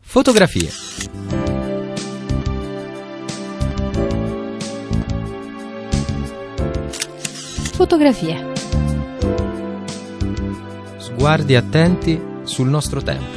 Fotografie. Fotografie. Sguardi attenti sul nostro tempo.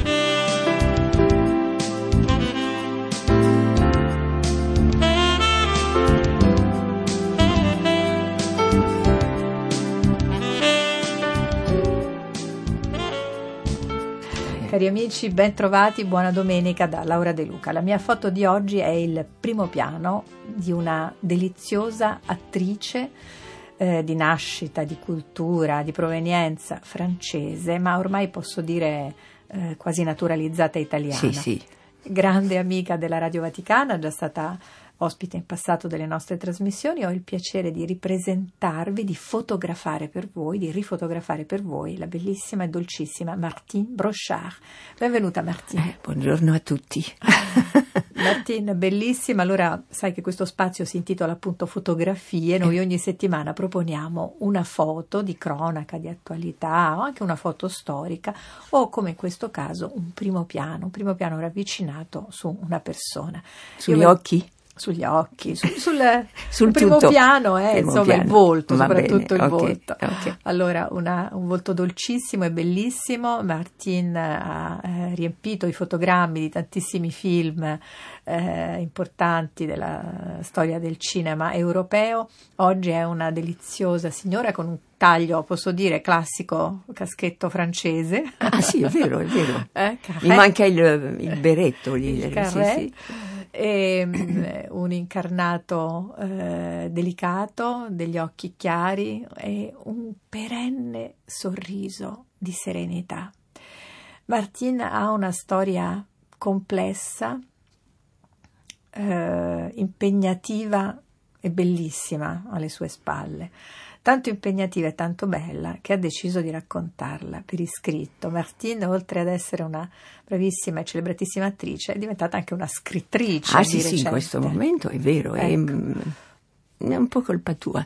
Cari amici, ben trovati, buona domenica da Laura De Luca. La mia foto di oggi è il primo piano di una deliziosa attrice di nascita, di cultura, di provenienza francese, ma ormai posso dire quasi naturalizzata italiana. Sì. Grande amica della Radio Vaticana, già stata ospite in passato delle nostre trasmissioni. Ho il piacere di ripresentarvi, di fotografare per voi, di rifotografare per voi la bellissima e dolcissima Martine Brochard. Benvenuta Martine. Buongiorno a tutti. Martine, bellissima. Allora, sai che questo spazio si intitola appunto Fotografie. Noi ogni settimana proponiamo una foto di cronaca, di attualità, o anche una foto storica, o come in questo caso un primo piano ravvicinato su una persona. Sugli occhi? Sugli occhi, sul primo primo piano, insomma piano. Il volto, Va soprattutto bene, il ok, volto. ok. Allora, un volto dolcissimo e bellissimo. Martine ha riempito i fotogrammi di tantissimi film importanti della storia del cinema europeo. Oggi è una deliziosa signora con un taglio, posso dire, classico caschetto francese. Ah sì, è vero. Mi manca il berretto lì. Il carré. Sì. E un incarnato delicato, degli occhi chiari e un perenne sorriso di serenità. Martine ha una storia complessa, impegnativa e bellissima alle sue spalle. Tanto impegnativa e tanto bella che ha deciso di raccontarla per iscritto. Martine, oltre ad essere una bravissima e celebratissima attrice, è diventata anche una scrittrice. Ah sì, in questo momento è vero, ecco. È un po' colpa tua.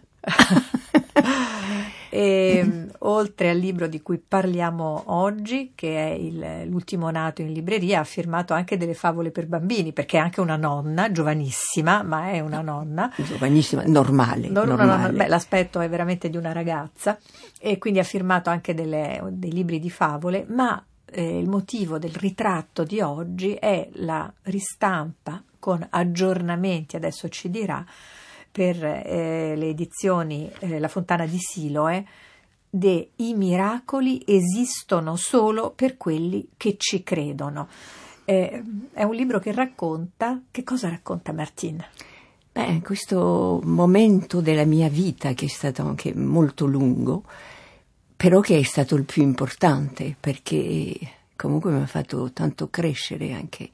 E, oltre al libro di cui parliamo oggi, che è l'ultimo nato in libreria, ha firmato anche delle favole per bambini, perché è anche una nonna, giovanissima, ma è una nonna. Giovanissima, normale. Beh, l'aspetto è veramente di una ragazza, e quindi ha firmato anche dei libri di favole, ma il motivo del ritratto di oggi è la ristampa con aggiornamenti, adesso ci dirà, per le edizioni La Fontana di Siloe, de I miracoli esistono solo per quelli che ci credono. È un libro che racconta, che cosa racconta Martine? Beh, questo momento della mia vita che è stato anche molto lungo, però che è stato il più importante, perché comunque mi ha fatto tanto crescere anche.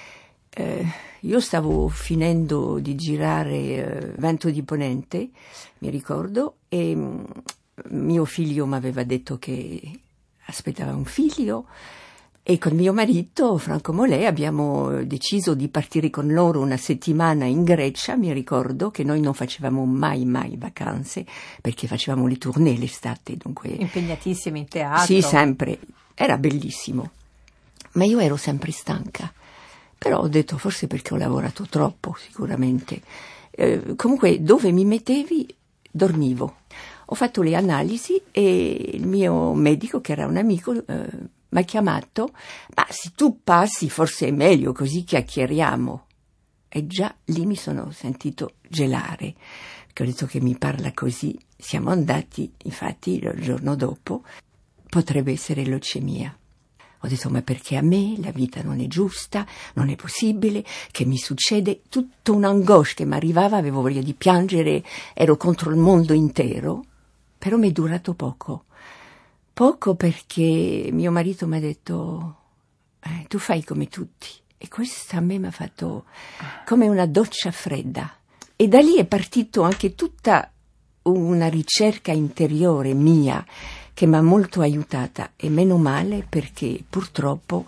Io stavo finendo di girare Vento di Ponente, mi ricordo, e mio figlio mi aveva detto che aspettava un figlio, e con mio marito Franco Molè abbiamo deciso di partire con loro una settimana in Grecia. Mi ricordo che noi non facevamo mai vacanze, perché facevamo le tournée l'estate, dunque impegnatissimi in teatro. Sì, sempre, era bellissimo, ma io ero sempre stanca. Però ho detto, forse perché ho lavorato troppo, sicuramente. Comunque, dove mi mettevi, dormivo. Ho fatto le analisi e il mio medico, che era un amico, mi ha chiamato. Ma se tu passi, forse è meglio, così chiacchieriamo. E già lì mi sono sentito gelare, perché ho detto che mi parla così. Siamo andati, infatti, il giorno dopo, potrebbe essere leucemia. Ho detto, ma perché a me la vita non è giusta, non è possibile, che mi succede? Tutta un'angoscia che mi arrivava, avevo voglia di piangere, ero contro il mondo intero, però mi è durato poco. Poco perché mio marito mi ha detto, tu fai come tutti. E questo a me mi ha fatto come una doccia fredda. E da lì è partito anche tutta una ricerca interiore mia, che mi ha molto aiutata, e meno male, perché purtroppo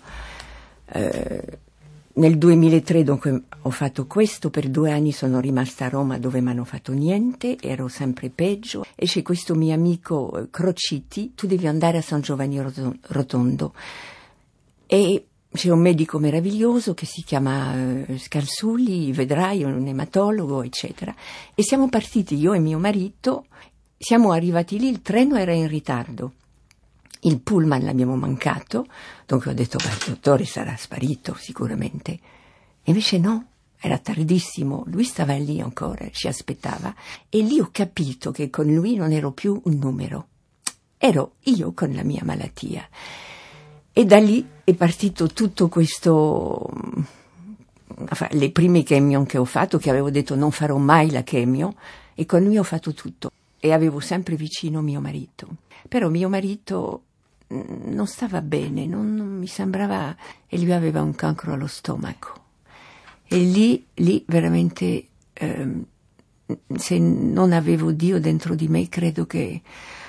nel 2003 dunque ho fatto questo, per 2 anni sono rimasta a Roma dove mi hanno fatto niente, ero sempre peggio, e c'è questo mio amico Crociti, tu devi andare a San Giovanni Rotondo, e c'è un medico meraviglioso che si chiama Scalzulli, vedrai, un ematologo, eccetera. E siamo partiti, io e mio marito, siamo arrivati lì, il treno era in ritardo. Il pullman l'abbiamo mancato, dunque ho detto, beh, il dottore sarà sparito sicuramente. E invece no, era tardissimo, lui stava lì ancora, ci aspettava. E lì ho capito che con lui non ero più un numero, ero io con la mia malattia. E da lì è partito tutto questo, le prime chemio che ho fatto, che avevo detto non farò mai la chemio, e con lui ho fatto tutto. E avevo sempre vicino mio marito. Però mio marito non stava bene, non mi sembrava, e lui aveva un cancro allo stomaco. E lì veramente, se non avevo Dio dentro di me, credo che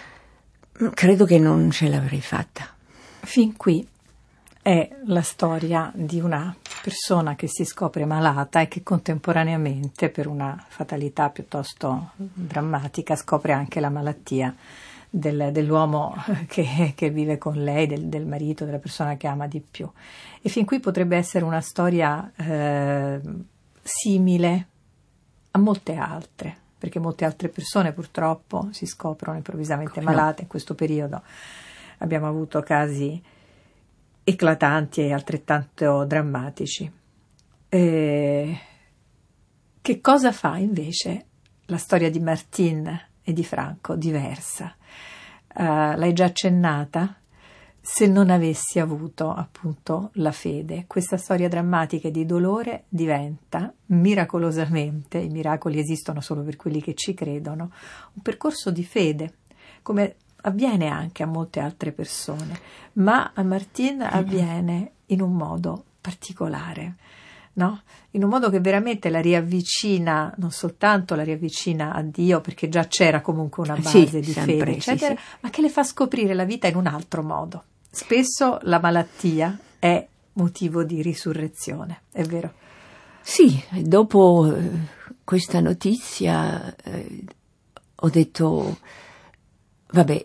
non ce l'avrei fatta. Fin qui è la storia di una persona che si scopre malata e che contemporaneamente, per una fatalità piuttosto drammatica, scopre anche la malattia dell'uomo che vive con lei, del marito, della persona che ama di più. E fin qui potrebbe essere una storia simile a molte altre, perché molte altre persone purtroppo si scoprono improvvisamente malate. In questo periodo abbiamo avuto casi eclatanti e altrettanto drammatici. Che cosa fa invece la storia di Martine e di Franco diversa? L'hai già accennata. Se non avessi avuto appunto la fede, questa storia drammatica e di dolore diventa miracolosamente, i miracoli esistono solo per quelli che ci credono, un percorso di fede, come avviene anche a molte altre persone, ma a Martine avviene in un modo particolare, no? In un modo che veramente la riavvicina, non soltanto la riavvicina a Dio, perché già c'era comunque una base di sempre, fede, eccetera, sì. Ma che le fa scoprire la vita in un altro modo. Spesso la malattia è motivo di risurrezione, è vero? Sì, dopo questa notizia ho detto, vabbè,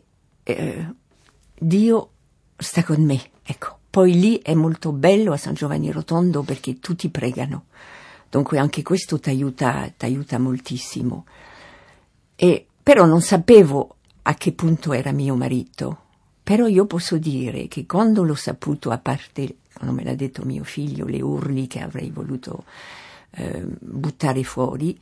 Dio sta con me, ecco. Poi lì è molto bello a San Giovanni Rotondo perché tutti pregano, dunque anche questo t'aiuta moltissimo. Però non sapevo a che punto era mio marito, però io posso dire che quando l'ho saputo, a parte quando me l'ha detto mio figlio, le urli che avrei voluto buttare fuori,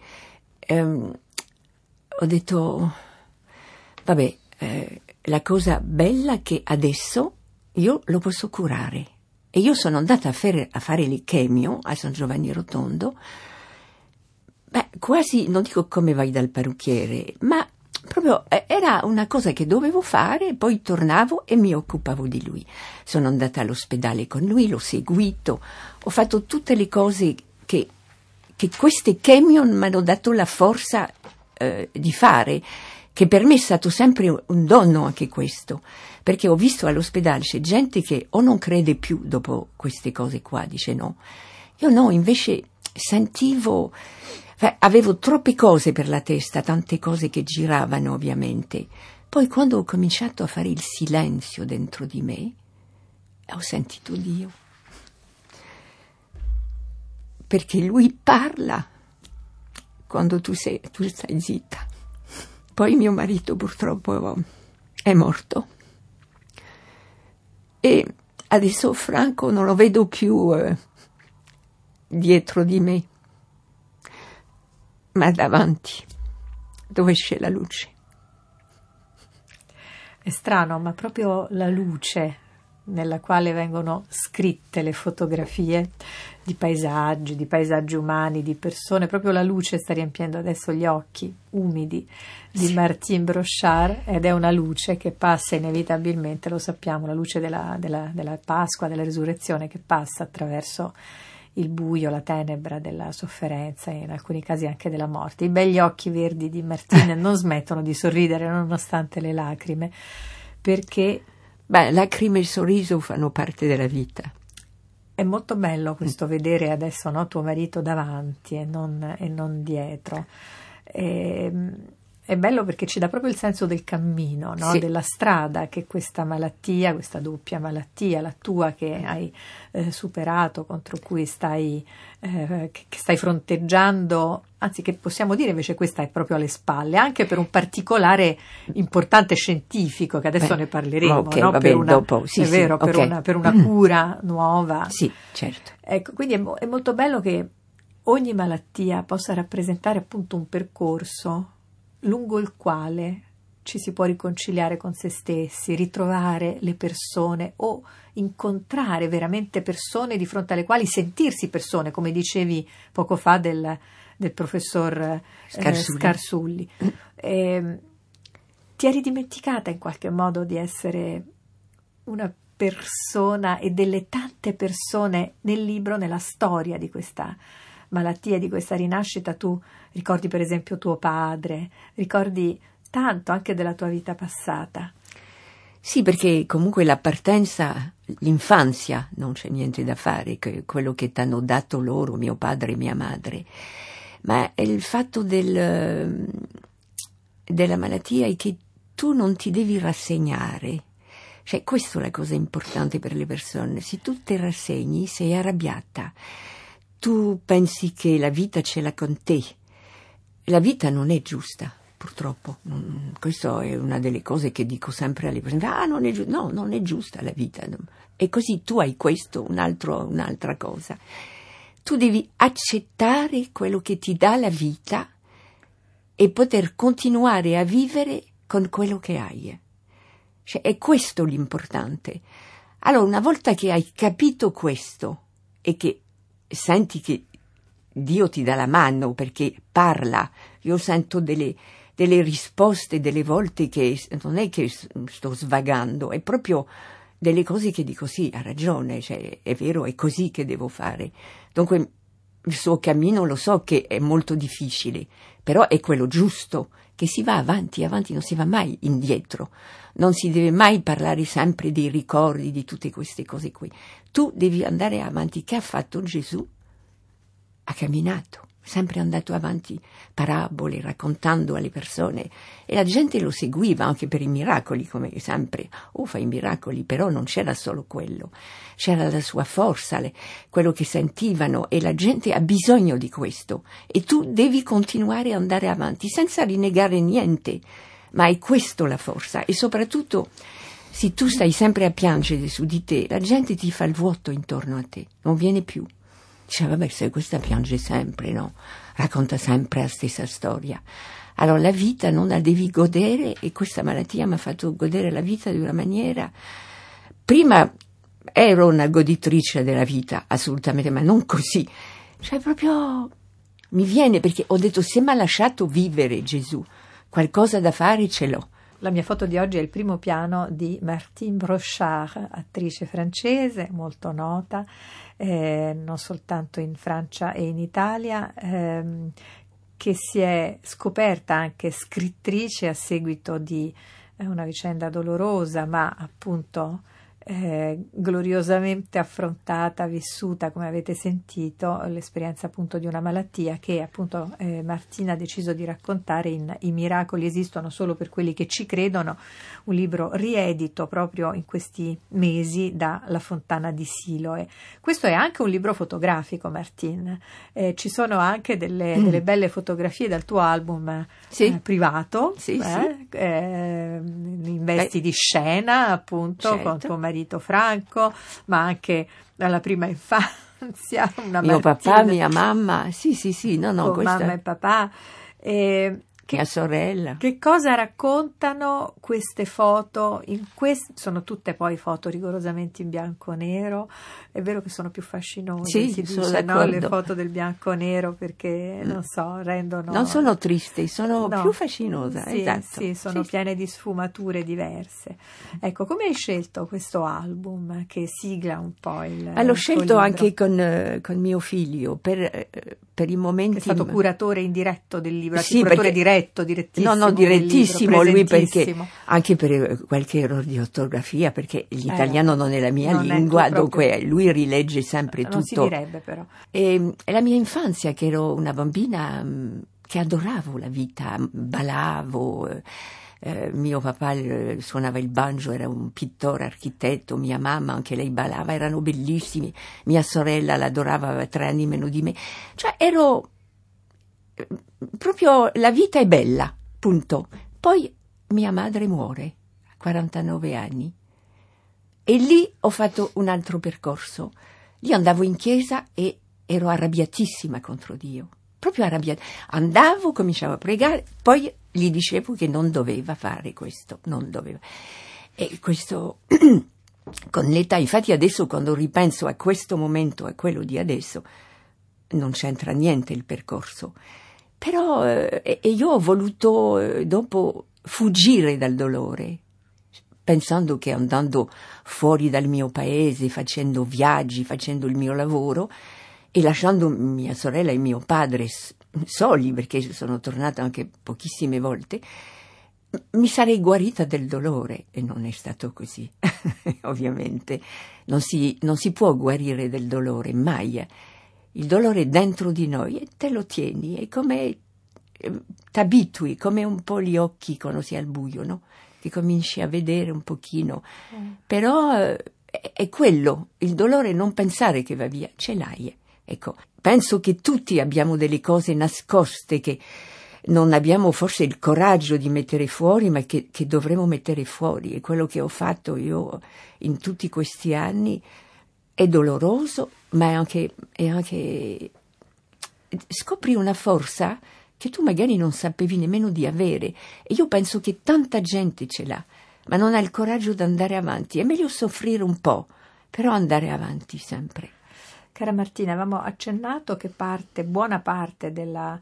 ho detto, vabbè, la cosa bella è che adesso io lo posso curare. E io sono andata a fare le chemio a San Giovanni Rotondo, quasi, non dico come vai dal parrucchiere, ma proprio era una cosa che dovevo fare, poi tornavo e mi occupavo di lui. Sono andata all'ospedale con lui, l'ho seguito, ho fatto tutte le cose che queste chemio mi hanno dato la forza di fare, che per me è stato sempre un dono anche questo, perché ho visto all'ospedale c'è gente che o non crede più dopo queste cose qua, dice no. Io no, invece sentivo, avevo troppe cose per la testa, tante cose che giravano ovviamente. Poi quando ho cominciato a fare il silenzio dentro di me, ho sentito Dio. Perché lui parla quando tu stai zitta. Poi mio marito purtroppo è morto. E adesso Franco non lo vedo più dietro di me, ma davanti, dove c'è la luce. È strano, ma proprio la luce nella quale vengono scritte le fotografie di paesaggi umani, di persone, proprio la luce sta riempiendo adesso gli occhi umidi di Martine Brochard, ed è una luce che passa inevitabilmente, lo sappiamo, la luce della Pasqua, della risurrezione, che passa attraverso il buio, la tenebra della sofferenza e in alcuni casi anche della morte. I begli occhi verdi di Martine non smettono di sorridere nonostante le lacrime, perché lacrime e sorriso fanno parte della vita. È molto bello questo vedere adesso, no, tuo marito davanti e non dietro. è bello perché ci dà proprio il senso del cammino, no? Sì. Della strada che questa malattia, questa doppia malattia, la tua che hai superato, contro cui che stai fronteggiando, anzi che possiamo dire invece questa è proprio alle spalle, anche per un particolare importante scientifico, che adesso ne parleremo, okay, no? Vabbè, Per una, dopo. Sì, è vero, sì, okay. per una cura nuova. Sì, certo. Ecco, quindi è molto bello che ogni malattia possa rappresentare appunto un percorso lungo il quale ci si può riconciliare con se stessi, ritrovare le persone o incontrare veramente persone di fronte alle quali sentirsi persone, come dicevi poco fa del professor Scarsulli. Ti eri dimenticata in qualche modo di essere una persona e delle tante persone nel libro, nella storia di questa malattia, di questa rinascita. Tu ricordi per esempio tuo padre, ricordi tanto anche della tua vita passata. Sì, perché comunque la partenza, l'infanzia, non c'è niente da fare, quello che t'hanno dato loro, mio padre e mia madre, ma è il fatto della malattia è che tu non ti devi rassegnare. Cioè, questa è la cosa importante per le persone. Se tu ti rassegni, sei arrabbiata. Tu pensi che la vita ce l'ha con te. La vita non è giusta, purtroppo. Questa è una delle cose che dico sempre alle persone. Non è giusta. No, non è giusta la vita. E così tu hai questo, un'altra cosa. Tu devi accettare quello che ti dà la vita e poter continuare a vivere con quello che hai. Cioè, è questo l'importante. Allora, una volta che hai capito questo e che senti che Dio ti dà la mano perché parla, io sento delle risposte delle volte che non è che sto svagando, è proprio delle cose che dico sì, ha ragione, cioè, è vero, è così che devo fare. Dunque il suo cammino lo so che è molto difficile, però è quello giusto, che si va avanti, non si va mai indietro, non si deve mai parlare sempre dei ricordi, di tutte queste cose qui. Tu devi andare avanti. Che ha fatto Gesù? Ha camminato, sempre andato avanti, parabole, raccontando alle persone, e la gente lo seguiva anche per i miracoli, come sempre. Fa i miracoli, però non c'era solo quello, c'era la sua forza, quello che sentivano, e la gente ha bisogno di questo, e tu devi continuare ad andare avanti senza rinnegare niente, ma è questo la forza. E soprattutto, se tu stai sempre a piangere su di te, la gente ti fa il vuoto intorno a te, non viene più. Dice, vabbè, se questa piange sempre, no? Racconta sempre la stessa storia. Allora la vita non la devi godere, e questa malattia mi ha fatto godere la vita di una maniera. Prima ero una goditrice della vita, assolutamente, ma non così. Cioè proprio mi viene, perché ho detto, se mi ha lasciato vivere Gesù, qualcosa da fare ce l'ho. La mia foto di oggi è il primo piano di Martine Brochard, attrice francese molto nota, non soltanto in Francia e in Italia, che si è scoperta anche scrittrice a seguito di una vicenda dolorosa, ma appunto gloriosamente affrontata, vissuta, come avete sentito, l'esperienza appunto di una malattia che appunto Martina ha deciso di raccontare in I miracoli esistono solo per quelli che ci credono, un libro riedito proprio in questi mesi da La Fontana di Siloe. Questo è anche un libro fotografico, Martine, ci sono anche delle belle fotografie dal tuo album privato, sì. In vesti di scena appunto, certo, con tuo marito Franco, ma anche dalla prima infanzia, una mio Martina, papà, mia mamma, sì, no, questa... mamma e papà, mia sorella. Che cosa raccontano queste foto? Sono tutte poi foto rigorosamente in bianco e nero. È vero che sono più fascinose, sì, si dice, no? Le foto del bianco e nero, perché non so, rendono. Non sono tristi, sono più fascinose. Sì, esatto. Sì, sono piene di sfummature diverse. Ecco, come hai scelto questo album che sigla un po' il. L'ho scelto anche con mio figlio per i momenti. È stato curatore indiretto del libro, sì, curatore direttissimo. No, direttissimo lui, perché anche per qualche errore di ortografia, perché l'italiano non è la mia lingua, dunque lui rilegge sempre tutto. Non si direbbe però. E la mia infanzia, che ero una bambina che adoravo la vita, ballavo. Mio papà suonava il banjo, era un pittore, architetto, mia mamma anche lei ballava, erano bellissimi, mia sorella l'adorava, aveva 3 anni meno di me, cioè ero proprio, la vita è bella, punto. Poi mia madre muore a 49 anni e lì ho fatto un altro percorso. Lì andavo in chiesa e ero arrabbiatissima contro Dio, proprio arrabbiata. Andavo, cominciavo a pregare, poi gli dicevo che non doveva fare questo, non doveva. E questo con l'età, infatti adesso quando ripenso a questo momento, a quello di adesso, non c'entra niente il percorso. Però io ho voluto dopo fuggire dal dolore, pensando che andando fuori dal mio paese, facendo viaggi, facendo il mio lavoro e lasciando mia sorella e mio padre soli, perché sono tornata anche pochissime volte, mi sarei guarita del dolore, e non è stato così. Ovviamente non si può guarire del dolore mai. Il dolore è dentro di noi e te lo tieni, è come t'abitui, come un po' gli occhi quando si è al buio, no? Che cominci a vedere un pochino, però è quello, il dolore, non pensare che va via, ce l'hai. Ecco, penso che tutti abbiamo delle cose nascoste che non abbiamo forse il coraggio di mettere fuori, ma che dovremmo mettere fuori. E quello che ho fatto io in tutti questi anni è doloroso, ma è anche scopri una forza che tu magari non sapevi nemmeno di avere. E io penso che tanta gente ce l'ha, ma non ha il coraggio di andare avanti. È meglio soffrire un po', però andare avanti sempre. Cara Martina, avevamo accennato che buona parte della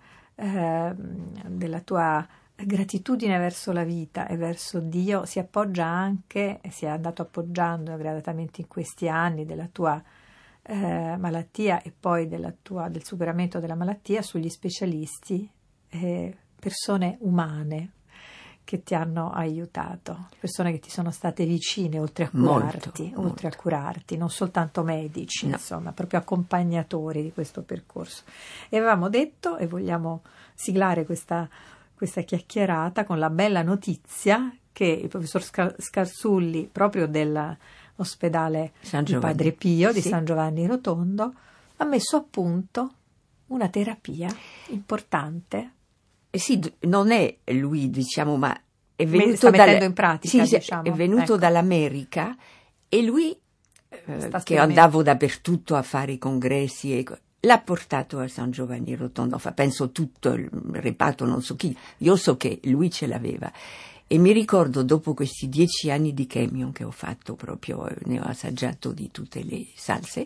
tua gratitudine verso la vita e verso Dio si appoggia anche, e si è andato appoggiando gradatamente in questi anni della tua malattia e poi del superamento della malattia, sugli specialisti, persone umane che ti hanno aiutato, persone che ti sono state vicine oltre a curarti, non soltanto medici, no. Insomma, proprio accompagnatori di questo percorso. E avevamo detto, e vogliamo siglare questa chiacchierata con la bella notizia che il professor Scarsulli, proprio dell'ospedale di Padre Pio di San Giovanni Rotondo, ha messo a punto una terapia importante. Sì, non è lui, diciamo, ma è venuto sta mettendo in pratica, diciamo. È venuto dall'America e lui, che andavo dappertutto a fare i congressi, l'ha portato a San Giovanni Rotondo, penso tutto il reparto, non so chi, io so che lui ce l'aveva. E mi ricordo, dopo questi 10 anni di chemio che ho fatto, proprio ne ho assaggiato di tutte le salse,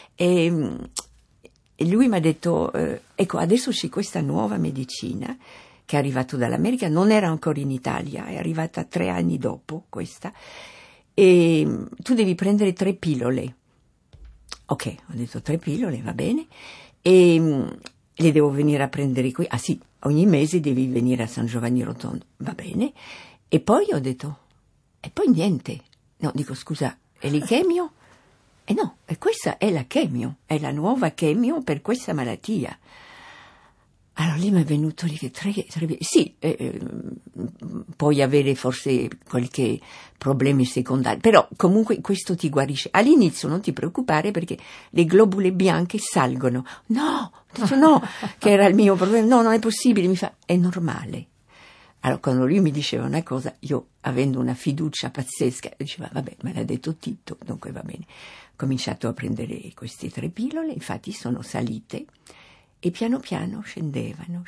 e lui mi ha detto, ecco, adesso c'è questa nuova medicina che è arrivata dall'America, non era ancora in Italia, è arrivata 3 anni dopo questa, e tu devi prendere 3 pillole. Ok, ho detto 3 pillole, va bene, e le devo venire a prendere qui. Ah sì, ogni mese devi venire a San Giovanni Rotondo, va bene. E poi ho detto, e poi niente. No, dico, scusa, è l'ichemio? E no, e questa è la chemio, è la nuova chemio per questa malattia. Allora lì mi è venuto lì che sì, puoi avere forse qualche problemi secondari, però comunque questo ti guarisce. All'inizio non ti preoccupare perché le globule bianche salgono. No, ho detto no, che era il mio problema. No, non è possibile, mi fa, è normale. Allora quando lui mi diceva una cosa, io avendo una fiducia pazzesca, diceva vabbè, me l'ha detto Tito, dunque va bene. Ho cominciato a prendere queste 3 pillole, infatti sono salite e piano piano scendevano.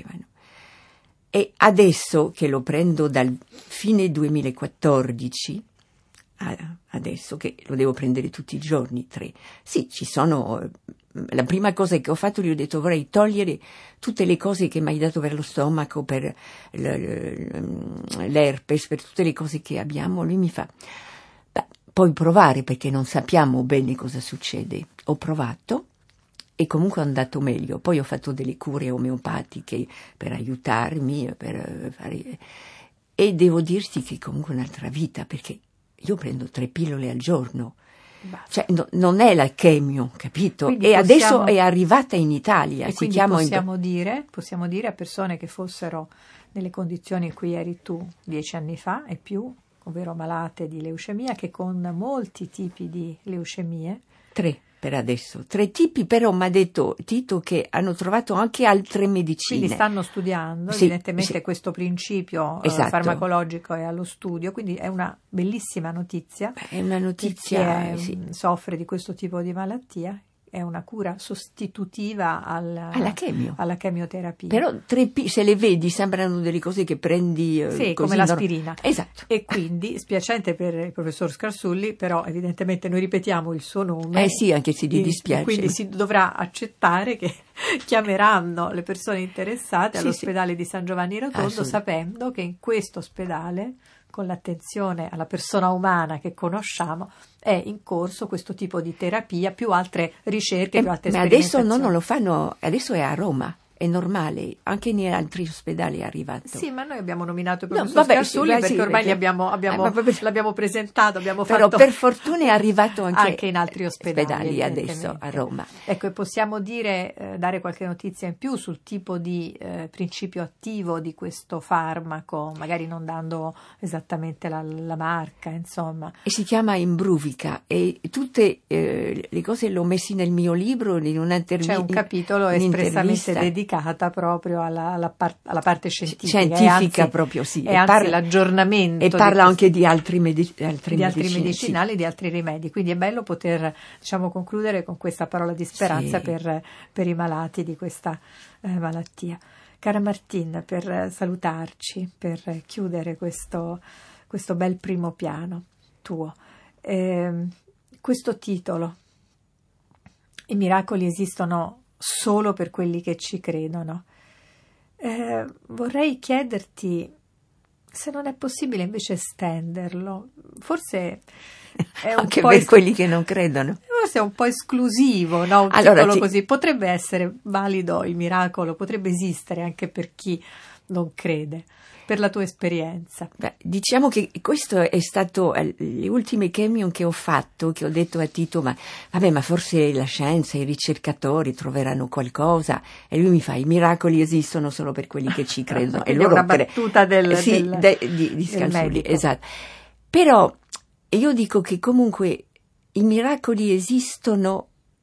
E adesso che lo prendo dal fine 2014, adesso che lo devo prendere tutti i giorni, 3, sì, ci sono. La prima cosa che ho fatto, gli ho detto vorrei togliere tutte le cose che mi hai dato per lo stomaco, per l'herpes, per tutte le cose che abbiamo. Lui mi fa, puoi provare perché non sappiamo bene cosa succede. Ho provato e comunque è andato meglio. Poi ho fatto delle cure omeopatiche per aiutarmi, per fare. E devo dirti che comunque è un'altra vita, perché io prendo 3 pillole al giorno. Cioè, non è la chemio, capito? Quindi adesso è arrivata in Italia. E quindi possiamo dire a persone che fossero nelle condizioni in cui eri tu 10 anni fa e più, ovvero malate di leucemia, che con molti tipi di leucemie. 3 per adesso, 3 tipi, però mi ha detto Tito che hanno trovato anche altre medicine. Quindi stanno studiando, evidentemente questo principio farmacologico è allo studio, quindi è una bellissima notizia. È una notizia per chi soffre di questo tipo di malattia. È una cura sostitutiva alla chemioterapia. Però 3P, se le vedi, sembrano delle cose che prendi così, come l'aspirina. Esatto. E quindi, spiacente per il professor Scarsulli, però evidentemente noi ripetiamo il suo nome. Sì, anche se gli dispiace. Quindi si dovrà accettare che chiameranno le persone interessate all'ospedale di San Giovanni Rotondo, sapendo che in questo ospedale, con l'attenzione alla persona umana che conosciamo, è in corso questo tipo di terapia, più altre ricerche, più altre ma sperimentazioni. Adesso non lo fanno, adesso è a Roma. È normale, anche in altri ospedali è arrivato. Sì, ma noi abbiamo nominato il professor Scarsulli perché ormai l'abbiamo presentato, abbiamo però fatto... per fortuna è arrivato anche in altri ospedali adesso a Roma. Ecco, e possiamo dare qualche notizia in più sul tipo di principio attivo di questo farmaco, magari non dando esattamente la marca, insomma. E si chiama Imbruvica e tutte le cose l'ho messi nel mio libro in un'intervista. C'è un capitolo espressamente dedicato proprio alla parte scientifica, proprio sì, e anzi l'aggiornamento e parla anche di altri medicinali, di altri rimedi, quindi è bello poter concludere con questa parola di speranza per i malati di questa malattia. Cara Martine, per salutarci, per chiudere questo bel primo piano tuo, questo titolo, i miracoli esistono solo per quelli che ci credono. Vorrei chiederti se non è possibile invece estenderlo. Forse è un anche po' per quelli che non credono. Forse è un po' esclusivo, no? Un titolo così. Potrebbe essere valido il miracolo, potrebbe esistere anche per chi non crede. Per la tua esperienza. Diciamo che questo è stato le ultime chemio che ho fatto, che ho detto a Tito, ma forse la scienza, i ricercatori troveranno qualcosa, e lui mi fa: i miracoli esistono solo per quelli che ci credono. E loro è una battuta di Scarsulli, esatto. Però io dico che comunque i miracoli esistono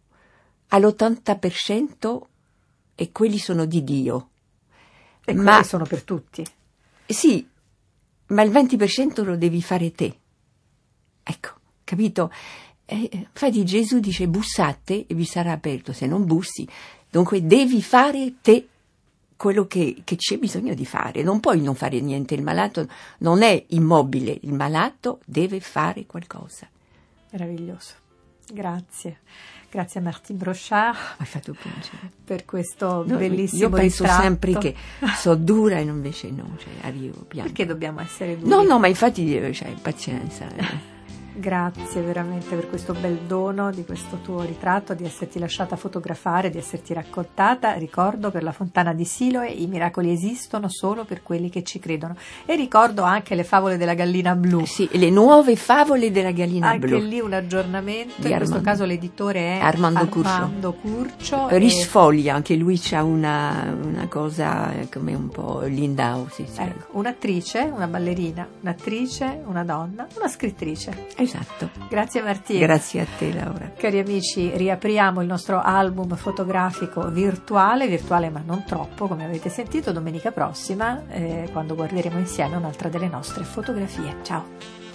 all'80% e quelli sono di Dio. E quelli sono per tutti. Sì, ma il 20% lo devi fare te. Ecco, capito? Infatti Gesù dice: bussate e vi sarà aperto, se non bussi. Dunque devi fare te quello che c'è bisogno di fare. Non puoi non fare niente. Il malato non è immobile, il malato deve fare qualcosa. Meraviglioso. Grazie a Martine Brochard. Mi ha fatto piacere. Per questo bellissimo ritratto. Io penso sempre che so dura e invece no, arrivo piano. Perché dobbiamo essere duri? No, ma infatti pazienza. Grazie veramente per questo bel dono di questo tuo ritratto, di esserti lasciata fotografare, di esserti raccontata. Ricordo, per la fontana di Siloe, i miracoli esistono solo per quelli che ci credono. E ricordo anche le favole della gallina blu. Sì, le nuove favole della gallina blu. Anche lì un aggiornamento, in questo caso l'editore è Armando Curcio. Risfoglia, anche lui c'ha una cosa come un po' Lindau. Sì. Ecco, un'attrice, una ballerina, un'attrice, una donna, una scrittrice. Esatto. Grazie Martina. Grazie a te Laura. Cari amici, riapriamo il nostro album fotografico virtuale ma non troppo, come avete sentito, domenica prossima, quando guarderemo insieme un'altra delle nostre fotografie. Ciao.